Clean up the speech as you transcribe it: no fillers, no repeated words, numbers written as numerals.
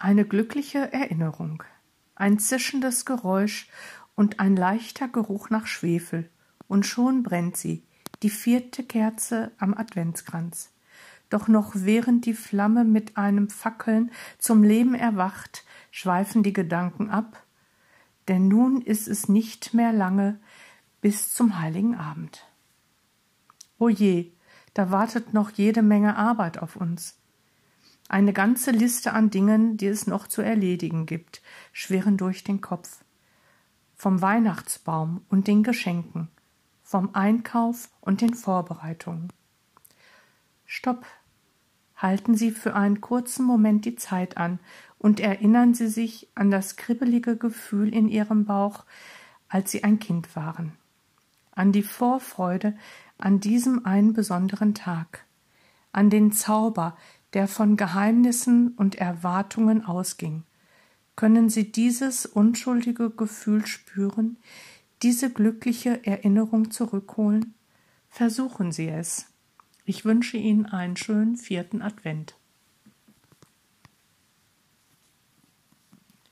Eine glückliche Erinnerung, ein zischendes Geräusch und ein leichter Geruch nach Schwefel, und schon brennt sie, die 4. Kerze am Adventskranz. Doch noch während die Flamme mit einem Fackeln zum Leben erwacht, schweifen die Gedanken ab, denn nun ist es nicht mehr lange bis zum heiligen Abend. O je, da wartet noch jede Menge Arbeit auf uns. Eine ganze Liste an Dingen, die es noch zu erledigen gibt, schwirren durch den Kopf. Vom Weihnachtsbaum und den Geschenken, vom Einkauf und den Vorbereitungen. Stopp! Halten Sie für einen kurzen Moment die Zeit an und erinnern Sie sich an das kribbelige Gefühl in Ihrem Bauch, als Sie ein Kind waren. An die Vorfreude an diesem einen besonderen Tag. An den Zauber, der von Geheimnissen und Erwartungen ausging. Können Sie dieses unschuldige Gefühl spüren, diese glückliche Erinnerung zurückholen? Versuchen Sie es. Ich wünsche Ihnen einen schönen 4. Advent.